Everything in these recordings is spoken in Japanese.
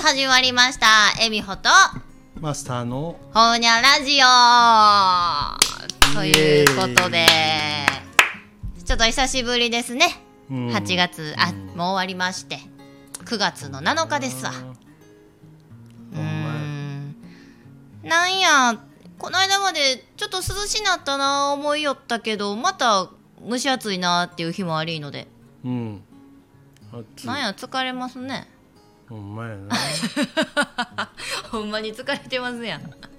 始まりました。エミホとマスターのほーにゃラジオということで、ちょっと久しぶりですね。8月、もう終わりまして9月の7日ですわ。なんやこの間までちょっと涼しなったな思いよったけど、また蒸し暑いなっていう日もありので、なんや疲れますね。 ほんまやなほんまに疲れてますやん。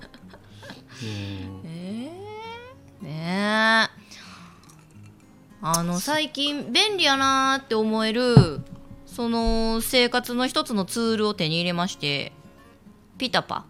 ねえ、最近便利やなって思えるその生活の一つのツールを手に入れまして、ピタパ。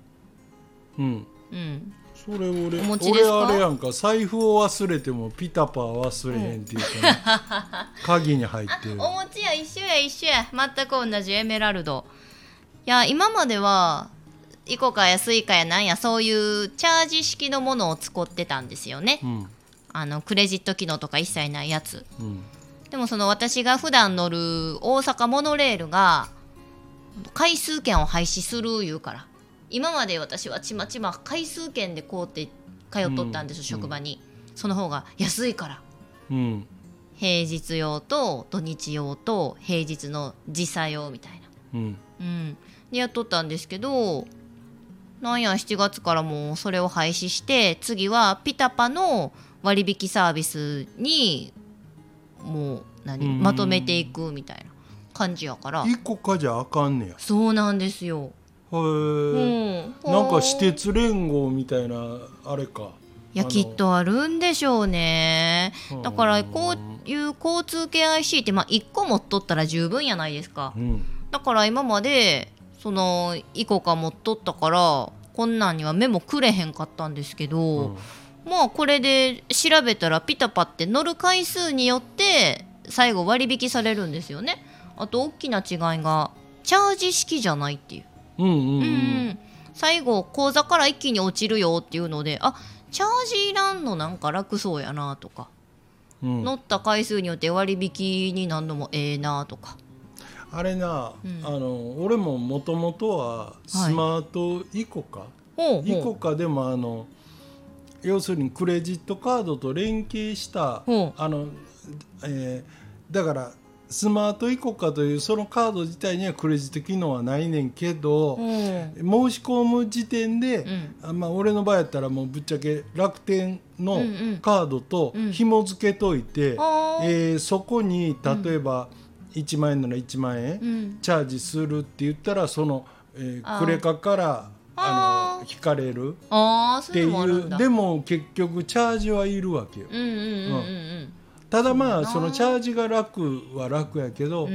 それ俺お持ちですか？ 俺あれやんか、財布を忘れてもピタパ忘れへんっていうか、ね鍵に入ってる。 お持ちや、一緒や全く同じエメラルド。いや、今まではイコカやスイカやなんやそういうチャージ式のものを使ってたんですよね。クレジット機能とか一切ないやつ。でもその私が普段乗る大阪モノレールが回数券を廃止する言うから、今まで私はちまちま回数券でこうって通っとったんですよ、職場に。その方が安いから、平日用と土日用と平日の時差用みたいな、でやっとったんですけど、なんや7月からもうそれを廃止して、次はピタパの割引サービスにもうまとめていくみたいな感じやから。 一個かじゃあかんねや。 そうなんですよ。 なんか私鉄連合みたいなあれか。 いや、きっとあるんでしょうね。だからこういう交通系 IC って1個持っとったら十分やないですか。だから今までそのイコカ持っとったから、こんなんには目もくれへんかったんですけど、まあこれで調べたらピタパって乗る回数によって最後割引されるんですよね。あと大きな違いがチャージ式じゃないっていう。最後口座から一気に落ちるよっていうので、チャージいらんのなんか楽そうやなとか、乗った回数によって割引になんのもええなとか。 あれな、俺ももともとはスマートイコカ、イコカでも要するにクレジットカードと連携しただからスマートイコカというそのカード自体にはクレジット機能はないねんけど、申し込む時点で、俺の場合やったらもうぶっちゃけ楽天のカードと紐付けといて、そこに例えば1万円なら1万円チャージするって言ったら、その、クレカから引かれるっていう。でも結局チャージはいるわけよ。ただそのチャージが楽は楽やけど、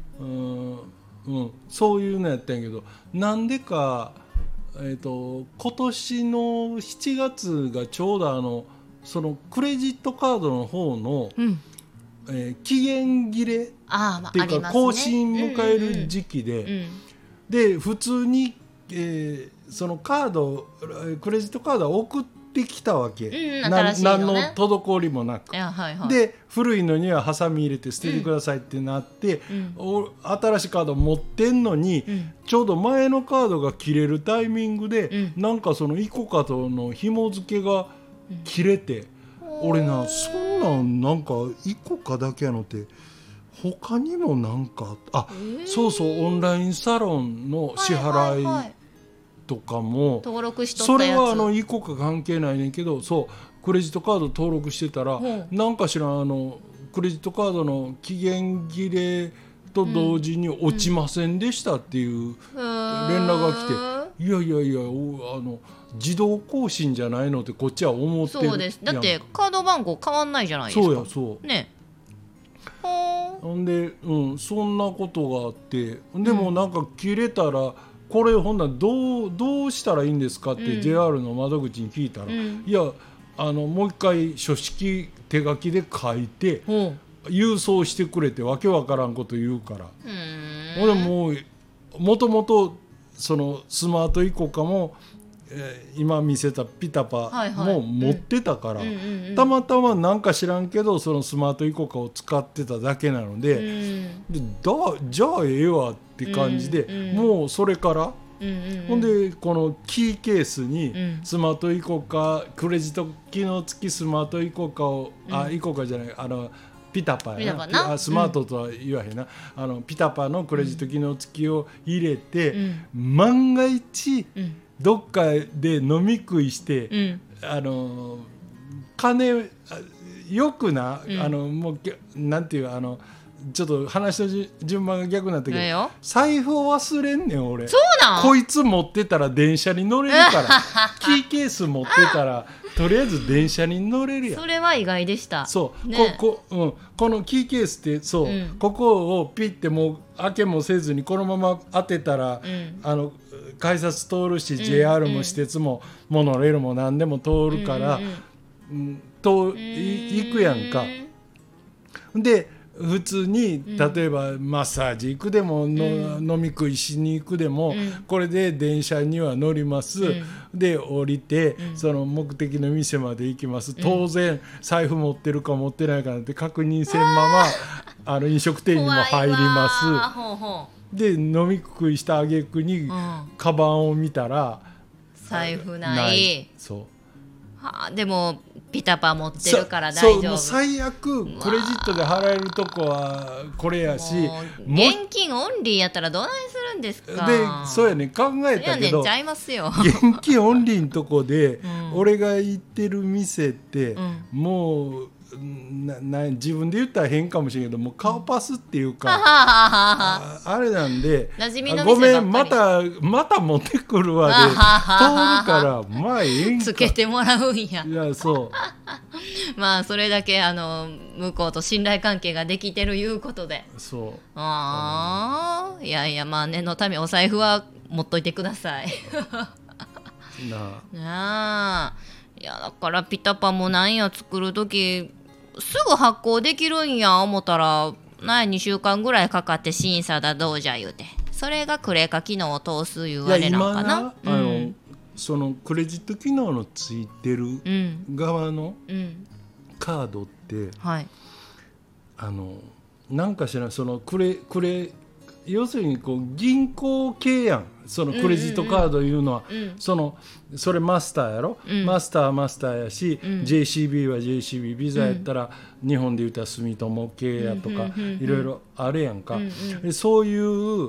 そういうのやったんやけど、なんでか、今年の7月がちょうどそのクレジットカードの方の、期限切れっていうか、更新迎える時期で、で普通に、そのカードクレジットカードは送ってきたわけ、何の滞りもなく。で古いのにはハサミ入れて捨ててくださいってなって、新しいカード持ってんのに、ちょうど前のカードが切れるタイミングで、なんかそのイコカとの紐付けが切れて、俺な、そんなんかイコカだけやのって他にもなんかそうそう、オンラインサロンの支払いとかも登録しとったやつ、 それはイコカ関係ないねんけど、そうクレジットカード登録してたら、なんかしらクレジットカードの期限切れと同時に落ちませんでしたっていう連絡が来て、いや自動更新じゃないのってこっちは思ってる。 そうです。だってカード番号変わんないじゃないですか。 そうね。 ほんで、そんなことがあって、でもなんか切れたら、これほんならどうしたらいいんですかって JR の窓口に聞いたら、いやもう一回書式手書きで書いて郵送してくれってわけわからんこと言うから、俺もともとそのスマートイコカも今見せたピタパも持ってたから、 たまたまなんか知らんけどそのスマートイコカを使ってただけなので、じゃあええわって感じで、もうそれから、ほんでこのキーケースにスマートイコカ、クレジット機能付きスマートイコカを、イコカじゃない、ピタパやな、スマートとは言わへんな、ピタパのクレジット機能付きを入れて、万が一、どっかで飲み食いして、金よくな、もうなんていうちょっと話の順番が逆になったけど、財布を忘れんねん俺。 そうなん？ こいつ持ってたら電車に乗れるからキーケース持ってたらとりあえず電車に乗れるやん。 それは意外でした。 そう、 ね、 このキーケースってそう、ここをピッてもう開けもせずにこのまま当てたら、改札通るし、JR も私鉄もモノレールも何でも通るから、行くやんか。で普通に例えばマッサージ行くでも、飲み食いしに行くでも、これで電車には乗ります、で降りて、その目的の店まで行きます、当然財布持ってるか持ってないかなんて確認せんまま飲食店にも入ります。で飲み食いした挙句に、カバンを見たら財布ない。 そうでもピタパ持ってるから大丈夫。 そう、もう最悪クレジットで払えるとこはこれやし、 現金オンリーやったらどないするんですか。 でそうやね、考えたけどちゃいますよ現金オンリーのとこで、俺が行ってる店って、もう自分で言ったら変かもしれんけど、もう顔パスっていうか、あれなんで、ごめんまた持ってくるわで通るから、まあええんかつけてもらうんや。 いやそうまあそれだけ向こうと信頼関係ができてるいうことで、 そういやいや、まあ念のためお財布は持っといてくださいなあ。いやだからピタパもなんや作るときすぐ発行できるんや思ったら、2週間ぐらいかかって審査だどうじゃ言うて、それがクレカ機能を通すいうあれなんかな。 そのクレジット機能のついてる側のカードって、なんかしらその要するにこう銀行系やん、そのクレジットカードいうのは、それマスターやろ、マスターやし、JCB は JCB、ビザやったら、日本で言ったら住友系やとか、いろいろあるやんか、そういう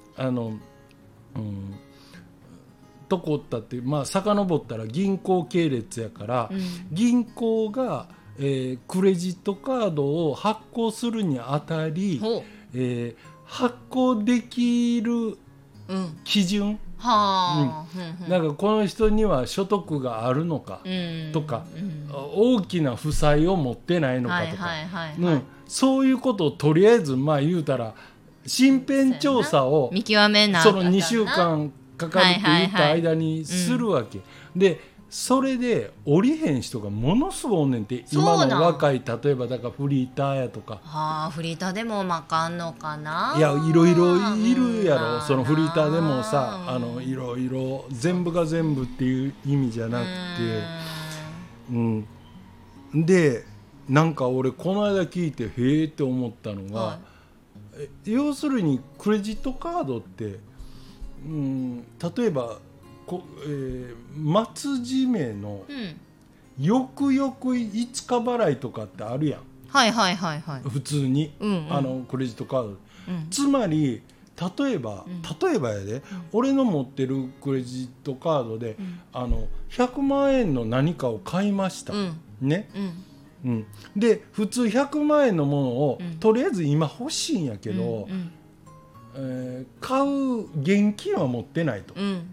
とこったって、まあ遡ったら銀行系列やから、銀行が、クレジットカードを発行するにあたり、発行できる基準、なんかこの人には所得があるのかとか、大きな負債を持ってないのかとか、そういうことをとりあえずまあ言うたら身辺調査を見極めなその2週間かかるって言った間にするわけで、それで降りへん人がものすごいおんねんって。今の若い、例えばだからフリーターやとか、 フリーターでもまかんのかな。 いやいろいろいるやろ、そのフリーターでもさ、いろいろ全部が全部っていう意味じゃなくて、でなんか俺この間聞いてへえって思ったのが、要するにクレジットカードって、例えば末締めの翌々5日払いとかってあるやん、普通に、クレジットカード、つまり例えばやで、俺の持ってるクレジットカードで、100万円の何かを買いました、ね、で普通100万円のものを、とりあえず今欲しいんやけど、買う現金は持ってないと、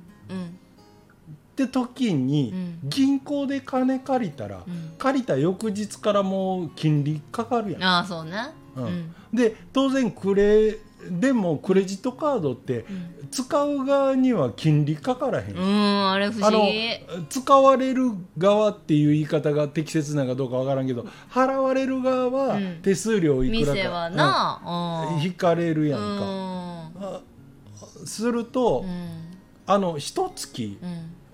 って時に、銀行で金借りたら、借りた翌日からもう金利かかるやん。 そうね、 で当然でもクレジットカードって、使う側には金利かからへん。 あれ不思議。 使われる側っていう言い方が適切なのかどうかわからんけど、払われる側は手数料いくらか、 店はな、 引かれるやんか。すると、一月、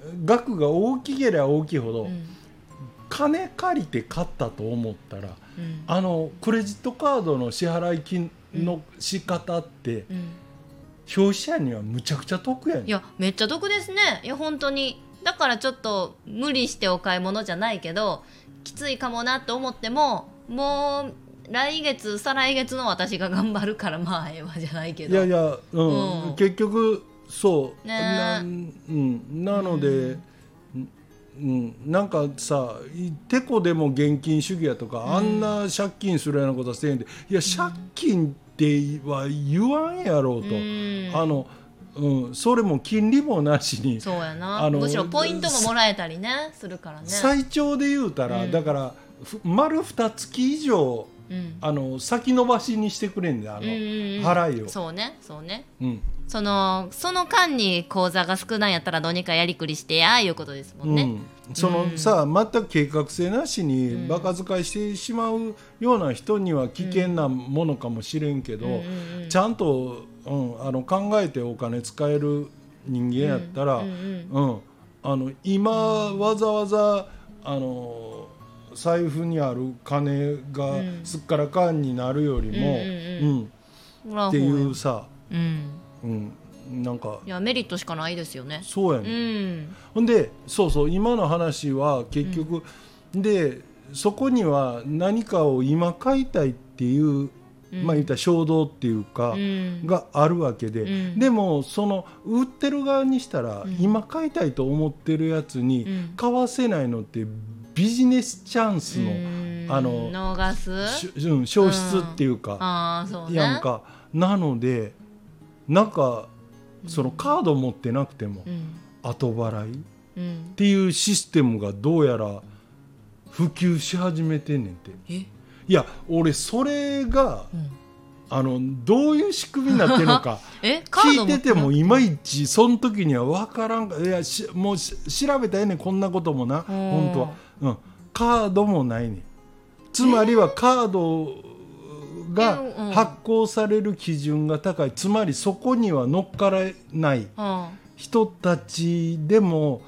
額が大きければ大きいほど、金借りて買ったと思ったら、クレジットカードの支払い金の仕方って、消費者にはむちゃくちゃ得やねん。 いやめっちゃ得ですね。いや本当にだからちょっと無理してお買い物じゃないけどきついかもなと思っても、もう来月再来月の私が頑張るからまあええわじゃないけど、 いやいや、結局そうねなので、なんかさてこでも現金主義やとか、あんな借金するようなことはせえへんで、いや借金っては言わんやろうと、それも金利もなしに、 そうやな、むしろポイントももらえたりねするからね。 最長で言うたら、だから丸2月以上、先延ばしにしてくれんで、払いを。 そうね、その間に口座が少ないんやったらどうにかやりくりしてやいうことですもんね。さ全く計画性なしにバカ遣いしてしまうような人には危険なものかもしれんけど、ちゃんと、考えてお金使える人間やったら、今わざわざ財布にある金がすっからかんになるよりも、っていうさ、なんかいやメリットしかないですよね。 そうやね、ほんでそう今の話は結局、でそこには何かを今買いたいっていう、言った衝動っていうか、があるわけで、でもその売ってる側にしたら、今買いたいと思ってるやつに買わせないのってビジネスチャンスの、 逃す消失っていうか、やんか。なのでなんかそのカード持ってなくても後払いっていうシステムがどうやら普及し始めてんねんて。いや俺それが、どういう仕組みになってるのか聞いててもいまいちその時には分からんか。いやもう調べたらええねん、こんなこともな、本当は、カードもないねん。つまりはカードが発行される基準が高い、つまりそこには乗っからない人たちでも、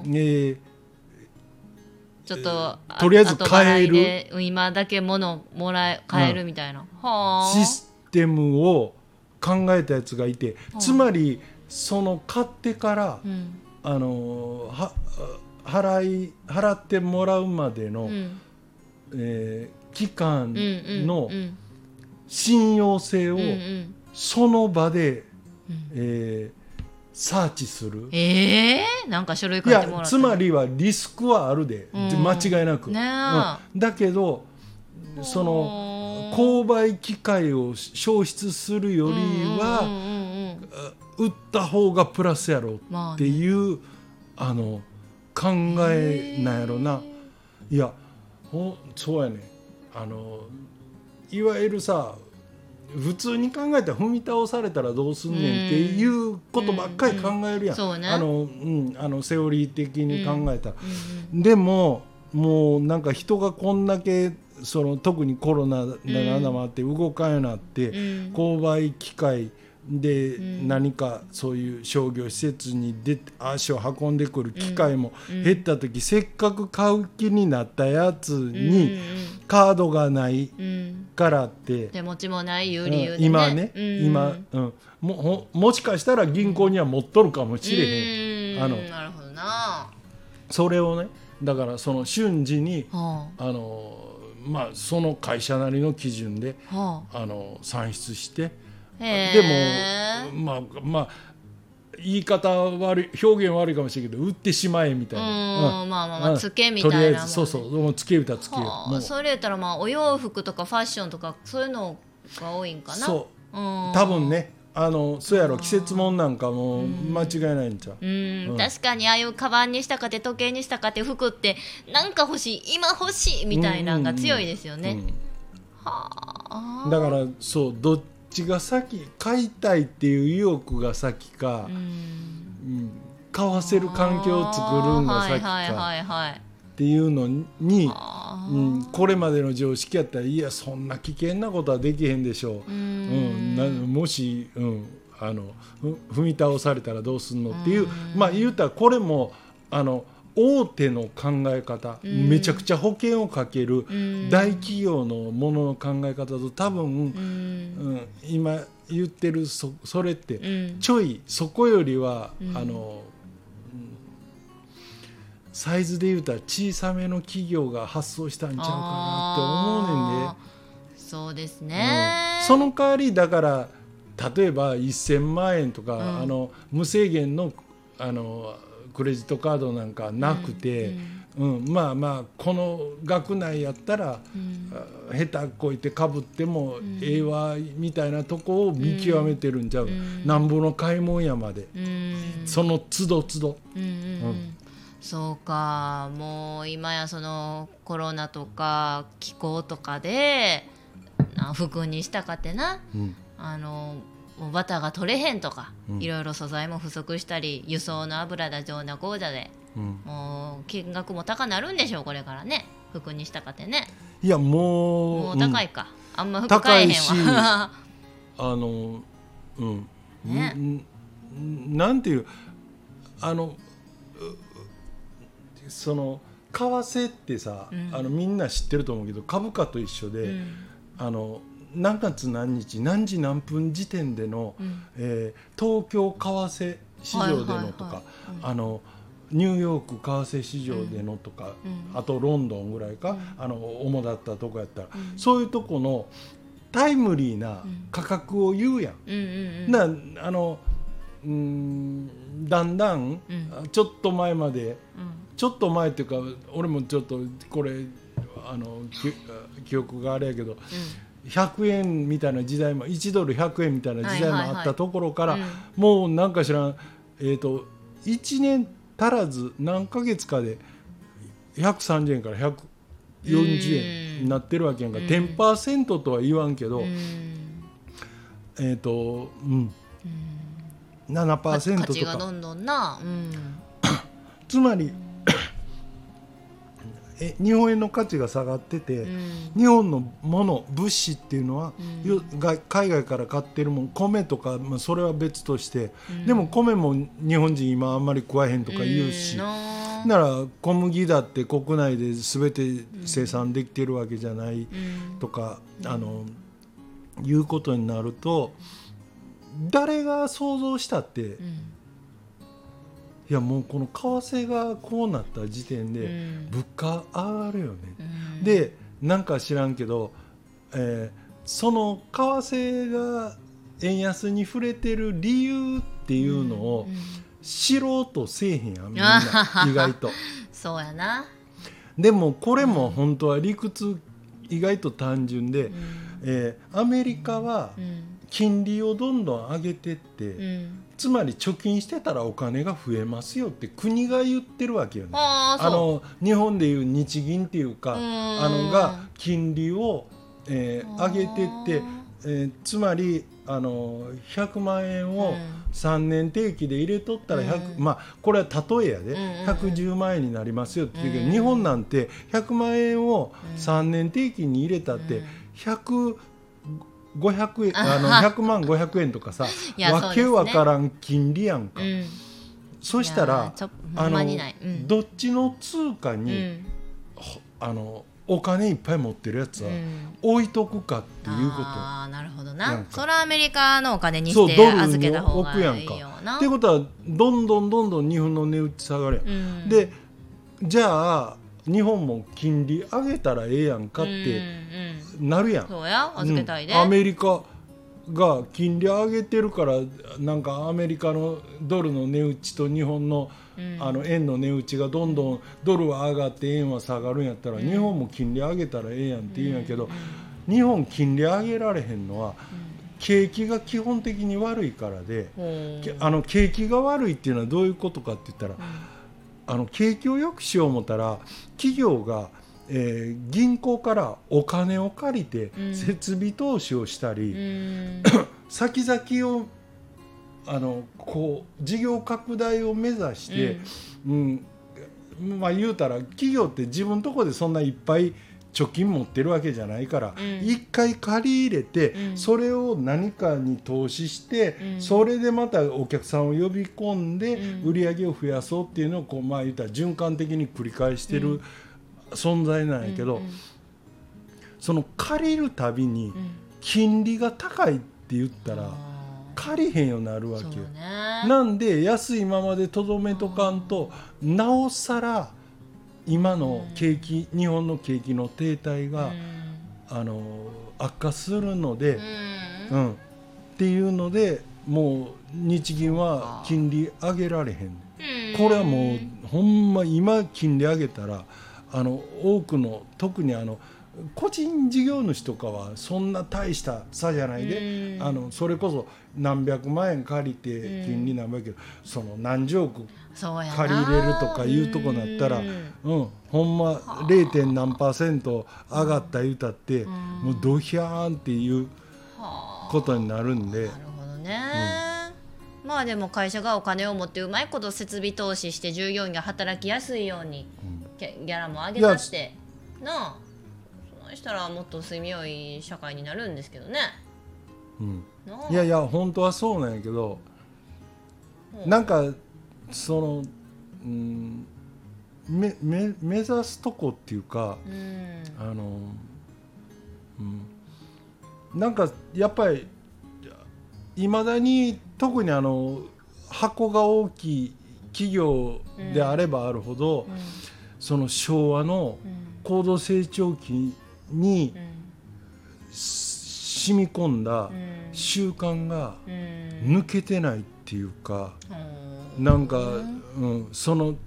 ちょっととりあえず買える、 今だけ物買えるみたいな、 システムを考えたやつがいて、つまりその買ってから、払ってもらうまでの、期間の信用性をその場で、サーチする。 なんか書類書いてもらって。 いやつまりはリスクはあるで、間違いなく、だけどその購買機会を消失するよりは、売った方がプラスやろっていう、考えなんやろな。いやそうやね、いわゆるさ普通に考えたら踏み倒されたらどうすんねんっていうことばっかり考えるやん、セオリー的に考えたら、でももうなんか人がこんだけ特にコロナでなんだもあって動かんようになって、購買機会で何かそういう商業施設に足を運んでくる機会も減った時、せっかく買う気になったやつにカードがないからって、 手持ちもないいう理由でね、 今ね、もしかしたら銀行には持っとるかもしれへん、 なるほどな。 それをね、だからその瞬時に、その会社なりの基準で、算出して、でも言い方悪い、表現悪いかもしれないけど売ってしまえみたいな、 つけみたいな、 とりあえずもうつけたつけよ。 それやったらお洋服とかファッションとかそういうのが多いんかな。 多分ね、そうやろ、季節もんなんかも間違いないんちゃう。 確かにああいうカバンにしたかて時計にしたかて服ってなんか欲しい、今欲しいみたいなのが強いですよね。 だからどっちが先、買いたいっていう意欲が先か、買わせる環境を作るんが先かっていうのに、これまでの常識やったら、いやそんな危険なことはできへんでしょう、もし、踏み倒されたらどうすんのっていう、言うたらこれも大手の考え方、めちゃくちゃ保険をかける大企業のものの考え方と多分、今言ってる それって、ちょいそこよりは、サイズで言うたら小さめの企業が発想したんちゃうかなって思うねんで。 そうですね、 その代わりだから例えば1000万円とか、無制限のクレジットカードなんかなくて、まあまあこの額内やったら、下手こいてかぶってもええわみたいなとこを見極めてるんちゃう、なんぼの買い物やまで、その都度都度、 そうか。もう今やそのコロナとか気候とかで服にしたかってな、もうバターが取れへんとか、いろいろ素材も不足したり、輸送の油だ上なこうだで、もう金額も高なるんでしょうこれからね、服にしたかってね。 いやもう高いか、あんま服買えへんわなんていうその為替ってさ、みんな知ってると思うけど株価と一緒で、何月何日何時何分時点での、東京為替市場でのとか、ニューヨーク為替市場でのとか、あとロンドンぐらいか、主だったとこやったら、そういうとこのタイムリーな価格を言うやん。だんだん、ちょっと前まで、ちょっと前っていうか俺もちょっとこれ記憶があれやけど、100円みたいな時代も1ドル100円みたいな時代もあったところから、もうなんか知らん、1年足らず何ヶ月かで130円から140円になってるわけやんか、10% とは言わんけど、7% とか価値がどんどんな、 つまり日本円の価値が下がってて、日本のもの物資っていうのは、海外から買ってるもん米とか、それは別として、でも米も日本人今あんまり食わへんとか言うし、なら小麦だって国内で全て生産できてるわけじゃないとか、いうことになると、誰が想像したって、いやもうこの為替がこうなった時点で物価上がるよね、でなんか知らんけど、その為替が円安に触れてる理由っていうのを知ろうとせえへんやんみんな意外とそうやな。 でもこれも本当は理屈意外と単純で、アメリカは金利をどんどん上げてって、つまり貯金してたらお金が増えますよって国が言ってるわけよね。日本でいう日銀っていうかが金利を、上げてって、つまり100万円を3年定期で入れとったらこれは例えやで、110万円になりますよって言うけど、日本なんて100万円を3年定期に入れたって500円100万500円とかさ、わけわからん金利やんか。そしたらどっちの通貨に、お金いっぱい持ってるやつは置いとくかっていうこと。 なるほどな。それはアメリカのお金にして預けた方がいいよな。 っていうことはどんどん日本の値打ち下がるやん、でじゃあ日本も金利上げたらええやんかってなるやん。 そうや、預けたいで、 アメリカが金利上げてるから、なんかアメリカのドルの値打ちと日本の、円の値打ちがどんどんドルは上がって円は下がるんやったら、日本も金利上げたらええやんって言うんやけど、日本金利上げられへんのは、景気が基本的に悪いからで、景気が悪いっていうのはどういうことかって言ったら、景気を良くしよう思ったら企業が、銀行からお金を借りて設備投資をしたり、先々をこう事業拡大を目指して、言うたら企業って自分のところでそんないっぱい貯金持ってるわけじゃないから、一回借り入れて、それを何かに投資して、それでまたお客さんを呼び込んで、売り上げを増やそうっていうのをこう、言ったら循環的に繰り返してる存在なんやけど、その借りるたびに金利が高いって言ったら借りへんようになるわけよ。なんで安いままでとどめとかんと、なおさら今の景気、日本の景気の停滞が、悪化するので、っていうのでもう日銀は金利上げられへん。これはもうほんま今金利上げたら多くの特に個人事業主とかはそんな大した差じゃないで、それこそ何百万円借りて金利何倍けど、その何十億借りれるとかいうとこになったら、ほんま 0. 何%上がった言うたって、もうドヒャーンっていうことになるんで。 なるほどね、まあでも会社がお金を持ってうまいこと設備投資して従業員が働きやすいようにギャラも上げさせてなあ、そうしたらもっと住みよい社会になるんですけどね。 いやいや本当はそうなんやけど、なんかその、目指すとこっていうか、なんかやっぱりいまだに特に箱が大きい企業であればあるほど、その昭和の高度成長期に染み込んだ習慣が抜けてないっていうか、なんか、その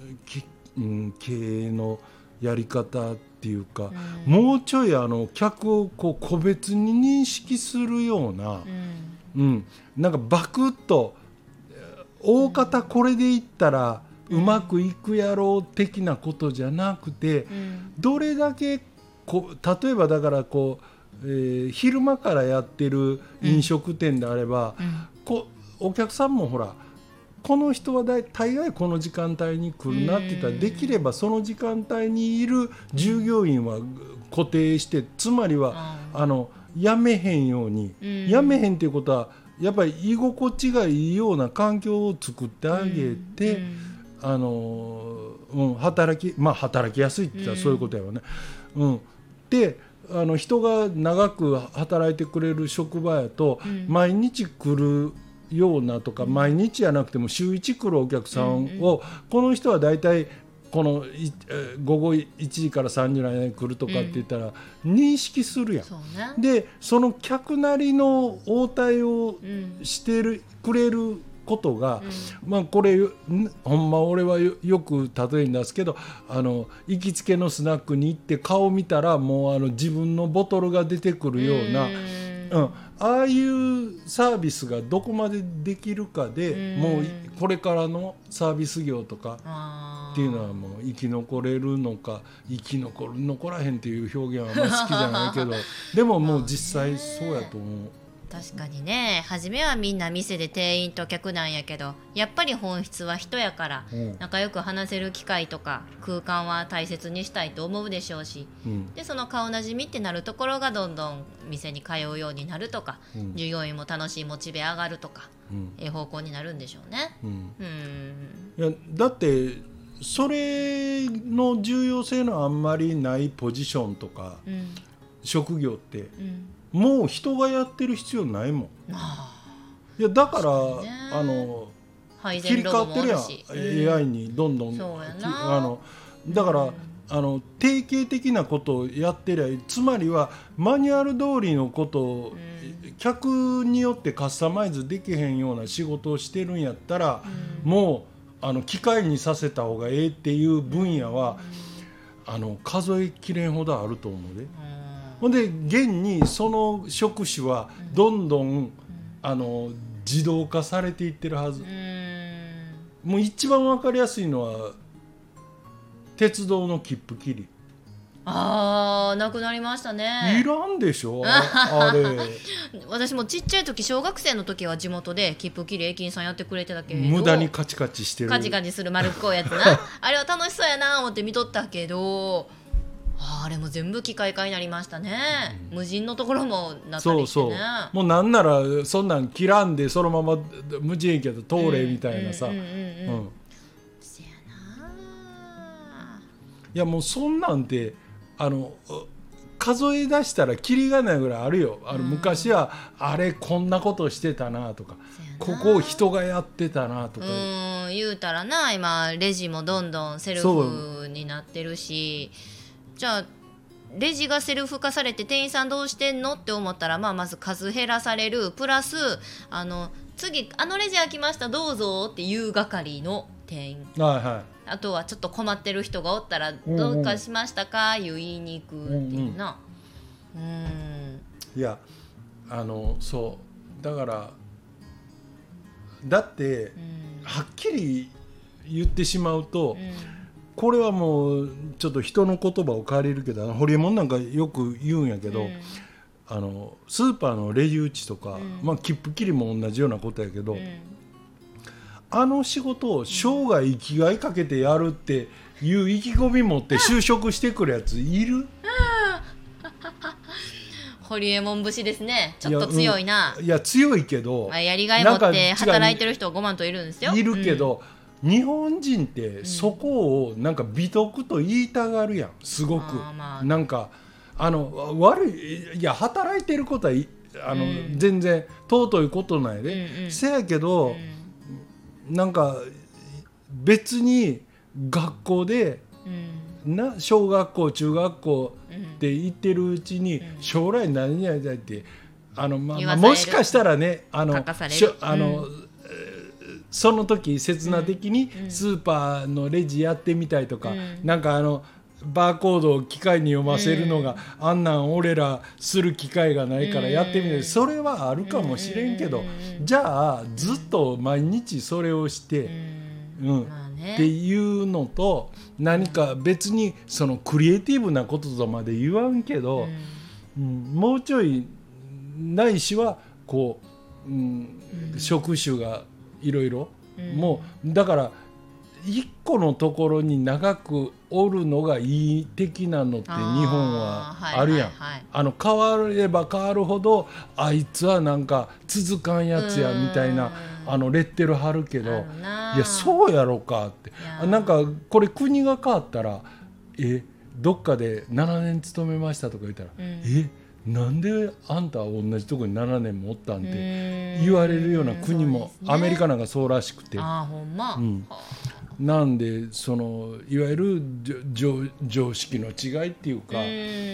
経営のやり方っていうか、もうちょい客をこう個別に認識するような、なんかバクッと大方これでいったらうまくいくやろう的なことじゃなくて、どれだけ例えばだからこう、昼間からやってる飲食店であれば、お客さんもほらこの人は大概この時間帯に来るなって言ったら、できればその時間帯にいる従業員は固定して、つまりは辞めへんように、辞めへんっていうことはやっぱり居心地がいいような環境を作ってあげて、働きやすいって言ったらそういうことやわね。で人が長く働いてくれる職場やと、毎日来るようなとか、毎日じゃなくても週1来るお客さんを、この人はだいたいこの午後1時から3時の間に来るとかって言ったら認識するやん。でその客なりの応対をしてくれることが、これほんま俺はよく例えに出すけど、行きつけのスナックに行って顔見たらもう自分のボトルが出てくるような、ああいうサービスがどこまでできるかで、もうこれからのサービス業とかっていうのはもう生き残れるのか、残らへんっていう表現はあんま好きじゃないけどでももう実際そうやと思う。 確かにね、初めはみんな店で店員と客なんやけど、やっぱり本質は人やから、仲良く話せる機会とか空間は大切にしたいと思うでしょうし、でその顔なじみってなるところがどんどん店に通うようになるとか、従業員も楽しいモチベ上がるとか、方向になるんでしょうね。 いやだってそれの重要性のあんまりないポジションとか、職業って、もう人がやってる必要ないもん。いやだから切り替わってるやん、AI にどんどん。だから定型的なことをやってりゃ、つまりはマニュアル通りのことを、客によってカスタマイズできへんような仕事をしてるんやったら、もう機械にさせた方がええっていう分野は数えきれんほどあると思うで。ほんで現にその職種はどんどん自動化されていってるはず。もう一番わかりやすいのは鉄道の切符切り。 なくなりましたね。 いらんでしょあれ私もちっちゃい時、小学生の時は地元で切符切り駅員さんやってくれてたけど、 無駄にカチカチしてる、 カチカチする丸っこいやつなあれは楽しそうやな思って見とったけど、 あれも全部機械化になりましたね、無人のところもなったそうりしてね。 そうもうなんならそんなん切らんでそのまま無人駅だと通れみたいなさ、 せやないやもうそんなんて数え出したらキリがないぐらいあるよ。昔はあれこんなことしてたなとか、ここを人がやってたなとか言うたらな、今レジもどんどんセルフになってるし、じゃあレジがセルフ化されて店員さんどうしてんのって思ったら、まず数減らされるプラス次レジ開きましたどうぞっていう係の店員、あとはちょっと困ってる人がおったらどうかしましたか言いに行くっていうな。 いやそうだからだって、はっきり言ってしまうと、これはもうちょっと人の言葉を借りるけどホリエモンなんかよく言うんやけど、スーパーのレジ打ちとか、切符切りも同じようなことやけど、仕事を生涯生きがいかけてやるっていう意気込み持って就職してくるやついる？ ホリエモン節ですね。ちょっと強いな。 いや強いけど、 やりがい持って働いてる人5万といるんですよ。 いるけど、日本人ってそこをなんか美徳と言いたがるやん、すごく。なんか悪い、いや働いてることは全然尊いことないで、せやけど、なんか別に学校で、小学校中学校って言ってるうちに、将来何やりたいってもしかしたらねその時刹那的にスーパーのレジやってみたいとか、なんかバーコードを機械に読ませるのが、あんなん俺らする機会がないからやってみたい、それはあるかもしれんけど、じゃあずっと毎日それをして、っていうのと、何か別にそのクリエイティブなこととまで言わんけど、もうちょいないしはこう、職種がいろいろ、もうだから一個のところに長くおるのがいい的なのって日本はあるやん。変われば変わるほどあいつはなんか続かんやつやみたいなレッテル貼るけど、いやそうやろかって、なんかこれ国が変わったらどっかで7年勤めましたとか言ったら、なんであんたは同じとこに7年もおったんって言われるような国も、アメリカなんかそうらしくて、なんでいわゆる常識の違いっていうか、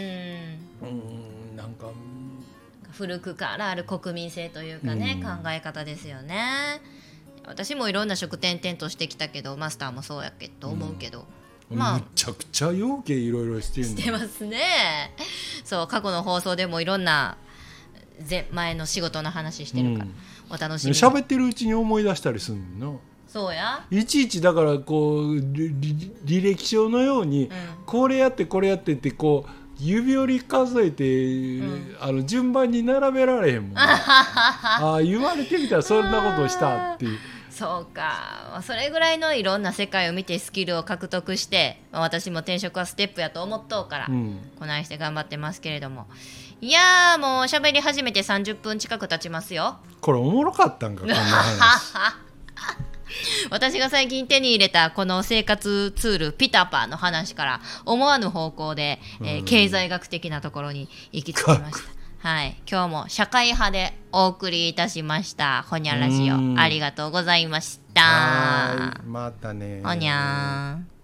なんか古くからある国民性というかね、考え方ですよね。私もいろんな職転々としてきたけど、マスターもそうやけど思うけど、 むちゃくちゃ要件いろいろしてるんだ。 してますね。そう、過去の放送でもいろんな前の仕事の話してるから、お楽しみに。 喋ってるうちに思い出したりするの。 そうや。 いちいちだからこう履歴書のように、これやってこれやってってこう指折り数えて、順番に並べられへんもん、言われてみたらそんなことをしたっていう。 そうか、それぐらいのいろんな世界を見てスキルを獲得して、私も転職はステップやと思っとうから、こないして頑張ってますけれども、いやーもう喋り始めて30分近く経ちますよ。 これおもろかったんかこんな話。 私が最近手に入れたこの生活ツールピタパの話から思わぬ方向で、経済学的なところに行き着きました。はい、今日も社会派でお送りいたしましたほにゃラジオ、ありがとうございました。 またね。 ほにゃー。